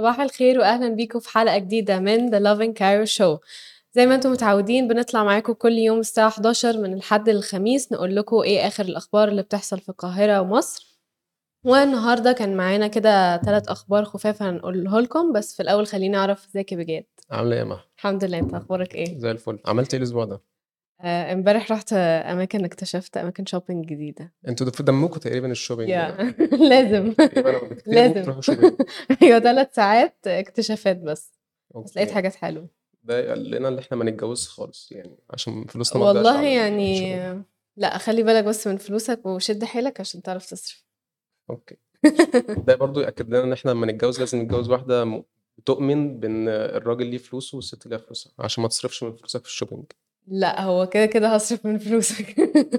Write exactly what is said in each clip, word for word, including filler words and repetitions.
صباح الخير وأهلا بيكم في حلقة جديدة من The Loving Cairo Show. زي ما انتم متعودين بنطلع معاكم كل يوم الساعة حداشر من الحد للخميس نقول لكم ايه آخر الأخبار اللي بتحصل في القاهرة ومصر. والنهاردة كان معانا كده ثلاث أخبار خفاف هنقوله لكم، بس في الأول خليني أعرف ازيك يا بجد. عامله ايه يا مها؟ الحمد لله، انت أخبارك ايه؟ زي الفل. عملت ايه الاسبوع ده؟ آه، امبارح رحت أماكن، اكتشفت أماكن شوبينج جديدة. انتوا في دمكم تقريبا الشوبينج يا ده. لازم تقريبا انا بكتير ممكن لازم تروحوا شوبينج. ايوه ثلاث ساعات اكتشافات بس بس لقيت اوكي. حاجات حلوة. ده قال لنا ان احنا ما نتجوزش خالص يعني عشان فلوسنا ما تضيعش والله على يعني الشوبينج. لا، خلي بالك بس من فلوسك وشد حيلك عشان تعرف تصرف. اوكي. ده برضو ياكد لنا ان احنا لما نتجوز لازم نتجوز واحده م- تؤمن بان الراجل ليه فلوسه والست ليها فلوسها عشان ما تصرفش من فلوسك في الشوبينج. لا، هو كده كده هصرف من فلوسك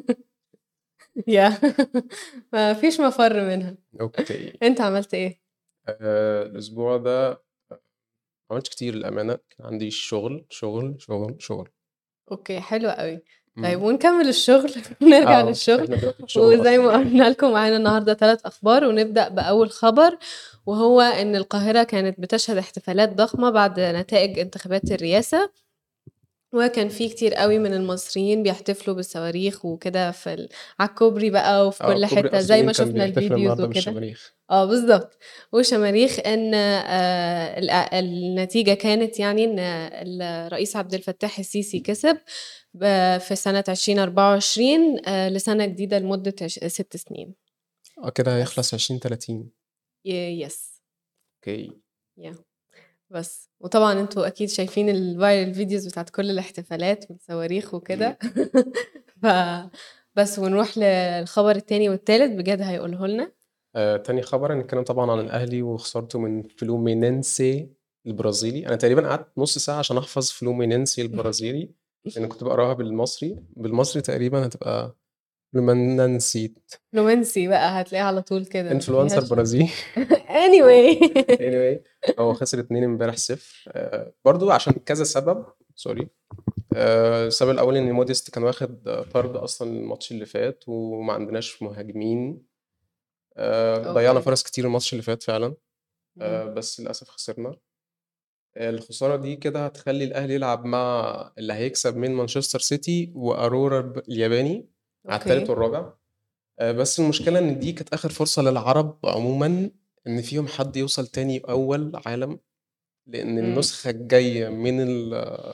يا ما فيش مفر منها. اوكي. انت عملت ايه؟ آه الاسبوع ده ما عملتش كتير الامانه، كان عندي شغل شغل شغل شغل. اوكي، حلو قوي. طيب امم ونكمل الشغل نرجع اه للشغل. احنا دلوقتي في الشغل وزي اصلا. ما قلنا لكم معانا النهارده ثلاث اخبار، ونبدا باول خبر، وهو ان القاهره كانت بتشهد احتفالات ضخمه بعد نتائج انتخابات الرئاسه، وكان في كتير قوي من المصريين بيحتفلوا بالصواريخ وكده في ال... على الكوبري بقى وفي اه كل كوبري حتة زي قصرين ما كان شفنا بيحتفل الفيديوز النهارده وكده. بالشماريخ. اه بالظبط. وشماريخ ان آه ال- النتيجة كانت يعني ان الرئيس عبد الفتاح السيسي كسب ب- في سنة ألفين وأربعة وعشرين آه لسنة جديدة لمدة عش- ست سنين اه كده بس. هيخلص عشرين تلاتين. ي- يس. اوكي. يا بس. وطبعا انتوا اكيد شايفين الفايرال فيديوز بتاعت كل الاحتفالات والصواريخ وكده مم. ف بس ونروح للخبر التاني والتالت بجد هيقوله لنا. آه، تاني خبر هنتكلم طبعا عن الاهلي وخسارته من فلومينينسي البرازيلي. انا تقريبا قعدت نص ساعه عشان احفظ فلومينينسي البرازيلي لان كنت بقراها بالمصري بالمصري تقريبا هتبقى فلومينينسي. رومانسي بقى هتلاقيه على طول كده ما انفلونسر فيهاش. برازيلي. anyway anyway هو خسر اتنين امبارح صفر، آه، برضو عشان كذا سبب. سوري. آه، السبب الاول ان موديست كان واخد آه، طرد اصلا الماتش اللي فات وما عندناش مهاجمين. آه، ضيعنا اوكي. فرص كتير الماتش اللي فات فعلا. مم. آه، بس للاسف خسرنا. آه، الخساره دي كده هتخلي الاهلي يلعب مع اللي هيكسب من مانشستر سيتي وارورا الب- الياباني على الثالث اوكي. والرابع. آه، بس المشكله ان دي كانت اخر فرصه للعرب عموما ان فيهم حد يوصل تاني اول عالم، لان مم. النسخه الجايه من ال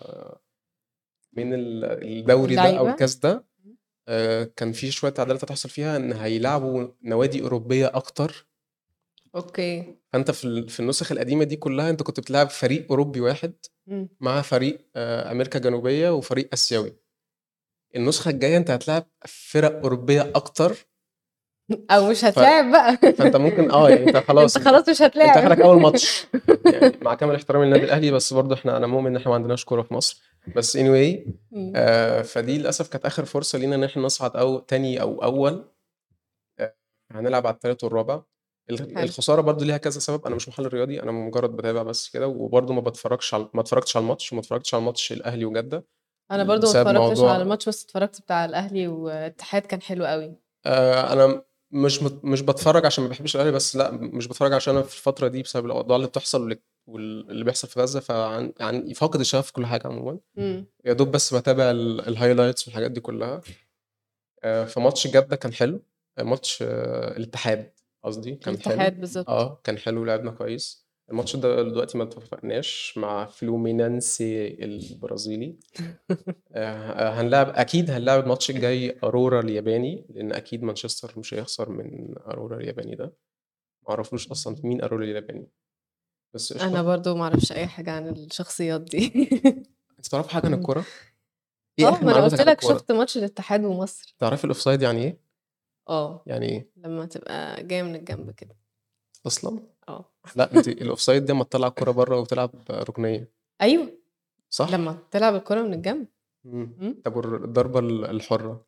من ال- الدوري ده او اللعيبة. الكاس ده آه، كان في شويه تعديلات هتحصل فيها ان هيلعبوا نوادي اوروبيه اكتر. اوكي. فانت في ال- في النسخ القديمه دي كلها انت كنت بتلعب فريق اوروبي واحد مم. مع فريق آه، امريكا الجنوبيه وفريق اسيوي. النسخه الجايه انت هتلعب فرق اوروبيه اكتر. او مش ف... هتلاعب بقى فانت ممكن اه يعني انت انت خلاص انت خلاص مش انت هتلاعب اخرك اول ماتش. يعني مع كامل احترامي للنادي الاهلي بس برضه احنا انا مؤمن ان احنا ما عندناش كوره في مصر. بس anyway. مم. آه فدي للاسف كانت اخر فرصه لينا ان احنا نصعد او تاني او اول. آه هنلعب على الثالث والرابع. ال- حلو. الخساره برضه ليها كذا سبب. انا مش محلل رياضي، انا مجرد بتابع بس كده، وبرضه ما بتفرجش على ما اتفرجتش على الماتش وما اتفرجتش على الماتش الاهلي وجده انا برضو ما بسبب اتفرجتش على موضوع. الماتش، بس اتفرجت بتاع الاهلي والاتحاد كان حلو قوي. آه، انا مش مت- مش بتفرج عشان ما بحبش الاهلي بس، لا مش بتفرج عشان انا في الفتره دي بسبب الاوضاع اللي بتحصل واللي واللي بيحصل في غزه، فعن يعني فاقد الشغف في كل حاجه عموما. امم. يا دوب بس بتابع ال- الهايلايتس والحاجات دي كلها. آه، فماتش جده كان حلو. آه، ماتش آه، الاتحاد قصدي كان حلو. الاتحاد بالظبط. اه كان حلو ولعبنا كويس. الماتش ده دلوقتي ما اتفقناش مع فلومينانسي البرازيلي. آه، هنلعب اكيد هنلعب الماتش الجاي ارورا الياباني لان اكيد مانشستر مش هيخسر من ارورا الياباني ده. ما اعرفوش اصلا مين ارورا الياباني بس انا قشطه. برضو ما اعرفش اي حاجه عن الشخصيات دي انت تعرف حاجه عن الكوره؟ ايه اه، اخر ما انا معلوماتك قلت عن لك الكوره؟ شفت ماتش الاتحاد ومصر. تعرفي الاوفسايد يعني ايه؟ اه، يعني ايه لما تبقى جايه من الجنب كده. اصلا؟ اه. لا انت الاوفسايد دي اما تطلع الكوره بره وتلعب ركنيه. ايوه، صح. لما تلعب الكره من الجنب. مم. امم. طب الضربه الحره؟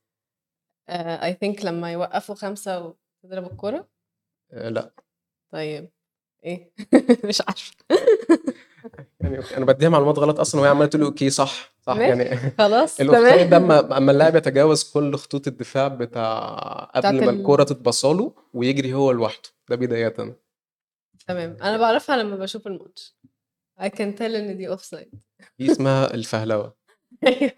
اي ثينك لما يوقفوا خمسة وتضرب الكره. آه لا. طيب ايه مش عارفه يعني أوكي. انا بديها معلومات غلط اصلا وهي عماله تقول اوكي صح صح ماشي، يعني. خلاص الاوفسايد ده تمام اما اما اللاعب يتجاوز كل خطوط الدفاع بتاع قبل بتاعت ما ال... الكرة تتبصاله ويجري هو لوحده ده بداية. تمام، أنا باعرفها لمّا باشوف الماتش. I can tell إن دي offside. دي اسمها الفهلوة. أيوه.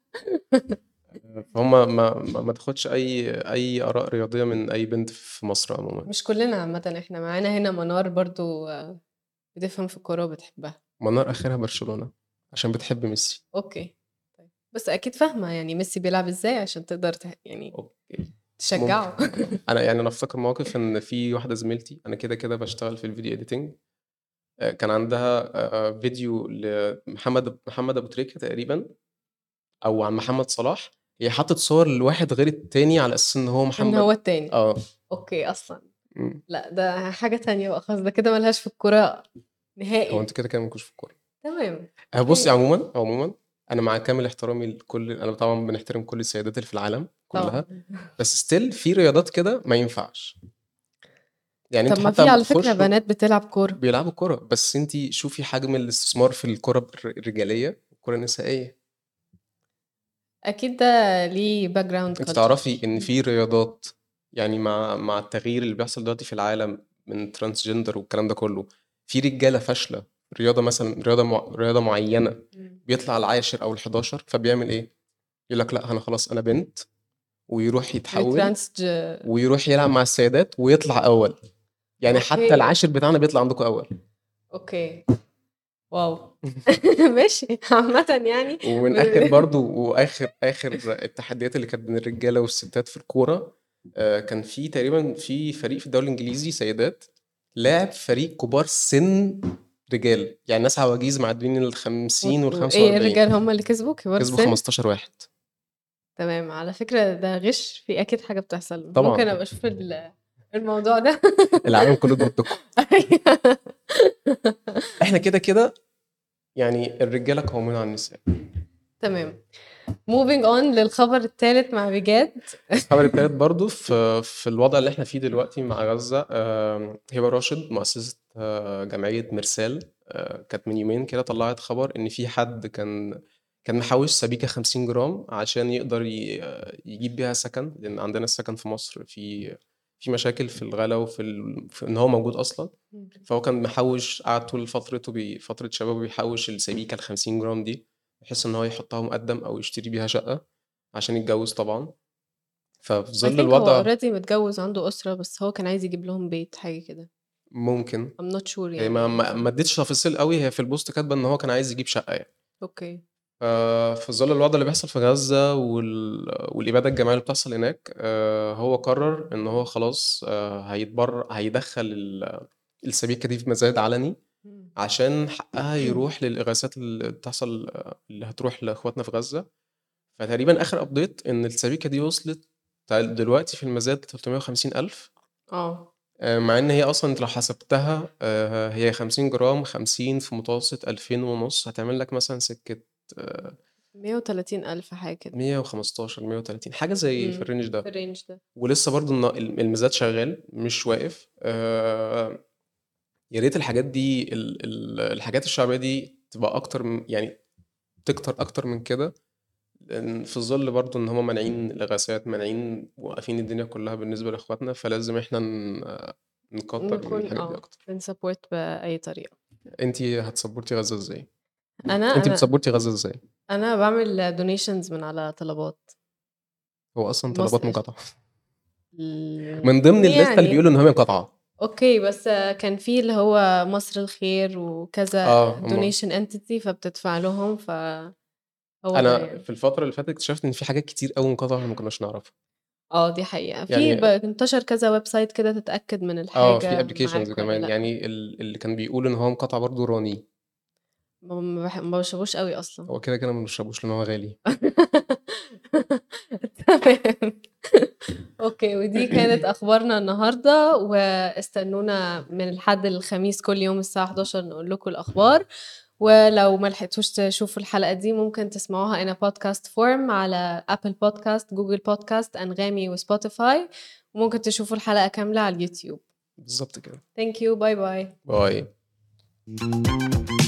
فهم ما ما ما تاخدش أي أي آراء رياضية من أي بنت في مصر عمومًا. مش كلنا عامةً، إحنا معانا هنا منار برضه بتفهم في الكورة وبتحبها. منار آخرها برشلونة عشان بتحب ميسي. أوكي، طيب، بس أكيد فاهمة يعني ميسي بيلعب إزاي عشان تقدر ت يعني أوكي. تشجعه. ممكن. أنا يعني أنا أفتكر موقف إن في واحدة زميلتي، أنا كده كده باشتغل في الفيديو editing، آآ كان عندها آآ فيديو لمحمد محمد أبو تريكة تقريبًا أو عن محمد صلاح، هي حطت صور لواحد غير التاني على أساس إن هو إن محمد هو التاني. آه. أوكي أصلًا. إمم. لأ، ده حاجة تانية بقى خالص، ده كده ما لهاش في الكورة هو نهائي. أنتم كده كده ما لكوش في الكورة. تمام، آآ بُصّي أوكي. عمومًا، عمومًا أنا مع كامل احترامي لكل أنا طبعًا بنحترم كل السيدات اللي في العالم كلّها، طبعًا. بس still في رياضات كده ما ينفعش. يعني طب أنتم ما حتى في لمّا على فكرة تخشوا بنات بتلعب كورة. بيلعبوا كورة، بس أنتِ شوفي حجم الاستثمار في الكورة الر الرجالية والكورة النسائية. أكيد ده ليه background أنتِ culture. تعرفي إن إمم. في رياضات يعني مع مع التغيير اللي بيحصل دلوقتي في العالم من transgender والكلام ده كلّه، في رجالة فاشلة رياضة مثلًا رياضة مع رياضة معيّنة إمم. بيطلع العاشر أو الحداشر فبيعمل إيه؟ يقول لك لأ أنا خلاص أنا بنت، ويروح يتحوّل وترانسج ويروح يلعب مع السيدات ويطلع أول، يعني حتى أوكي، العاشر بتاعنا بيطلع عندكم أول. أوكي. واو! ماشي، عامةً يعني ومن آخر ب برضه وآخر آخر التحديات اللي كانت بين الرجالة والستات في الكورة، آآ كان في تقريبًا في فريق في الدوري الإنجليزي سيدات لاعب فريق كبار سِن رجال، يعني ناس عواجيز معديين الخمسين وت وإيه والخمسة وأربعين الرجال هم اللي كسبوا كبار كسبوا السن؟ خمستاشر واحد. تمام، على فكرة ده غِش، في أكيد حاجة بتحصل، طبعًا ممكن أبقى أشوف ال الموضوع ده. العالم كله ضدكم. أيوه. إحنا كده، كده يعني الرجالة قوامون على النساء. تمام. moving on للخبر التالت مع بجد. الخبر التالت برضه في في الوضع اللي إحنا فيه دلوقتي مع غزة، آمم، هبة راشد مؤسسة آآ، جمعية مرسال، آآ، كانت من يومين كده طلّعت خبر إن في حد كان كان محوّش سبيكة خمسين جرام عشان يقدر ي يجيب بيها سكن، لإن عندنا السكن في مصر في في مشاكل في الغلا وفي ال في إن هو موجود أصلًا، إمم. فهو كان محوّش قعد طول فترته بي فترة شبابه بيحوّش السبيكة الخمسين جرام دي، بحيث إن هو يحطها مقدّم أو يشتري بيها شقة عشان يتجوّز طبعًا. ففي I ظل think هو الوضع already متجوّز وعنده أسرة، بس هو كان عايز يجيب لهم بيت، حاجة كده. ممكن I'm not sure هي ما يعني ما ما ادّتش تفاصيل أوي، هي في الpost كاتبة إن هو كان عايز يجيب شقة يعني. أوكي. ففي ظل الوضع اللي بيحصل في غزة وال والإبادة الجماعية اللي بتحصل هناك، آآ هو قرر إن هو خلاص آآ هيتبر هيدخّل ال السبيكة دي في مزاد علني، إمم. عشان حقها يروح للإغاثات اللي بتحصل اللي هتروح لإخواتنا في غزة. فتقريبًا آخر update إن السبيكة دي وصلت ت دلوقتي في المزاد لتلتمية وخمسين ألف. آه. آآ مع إن هي أصلًا أنت لو حسبتها آآ هي خمسين جرام، خمسين في متوسط ألفين ونص هتعمل لك مثلًا سكة آآ مية وتلاتين ألف حاجة كده. مية وخمستاشر، مية وتلاتين حاجة زي في إمم. الrange في ده، الrange ده. ولسه برضه الن ال الميزات شغال مش واقف. آآ يا ريت الحاجات دي ال ال الحاجات الشعبية دي تبقى أكتر م يعني تكتر أكتر من كده، لإن في ظل برضه إن هم مانعين الإغاثات، مانعين موقّفين الدنيا كلّها بالنسبة لإخواتنا، فلازم إحنا ن نكتر من نكون الحاجات دي آه، أكتر. بنsupport بأي طريقة. أنتِ هتسبورتي غزة إزاي؟ أنا أنتِ أنا بتسبورتي غزة إزاي؟ أنا باعمل donations من على طلبات. هو أصلًا طلبات مصر مقاطعة ال من ضمن الليستة اللي يعني بيقولوا إن هي مقاطعة. أوكي، بس كان في اللي هو مصر الخير وكذا آه، هم donation entity فبتدفع لهم، فهو ده أنا يعني. في الفترة اللي فاتت اكتشفت إن في حاجات كتير أوي مقاطعة إحنا ما كناش نعرفها. آه، دي حقيقة. في ب يعني انتشر كذا website كده تتأكد من آه، في الحاجة applications معاك والّا كمان، لأ. يعني ال اللي كان بيقول إن هو مقاطعة برضه راني، ما ما باح ما باشربوش أوي أصلًا. هو كده، كده ما بنشربوش لإن هو غالي. تمام. أوكي، ودي كانت أخبارنا النهارده، واستنونا من الحد للخميس كل يوم الساعة حداشر نقول لكم الأخبار، ولو ما لحقتوش تشوفوا الحلقة دي ممكن تسمعوها in a podcast form على Apple Podcast، Google Podcast، أنغامي وSpotify، وممكن تشوفوا الحلقة كاملة على اليوتيوب. بالضبط كده. Thank you. باي باي. باي.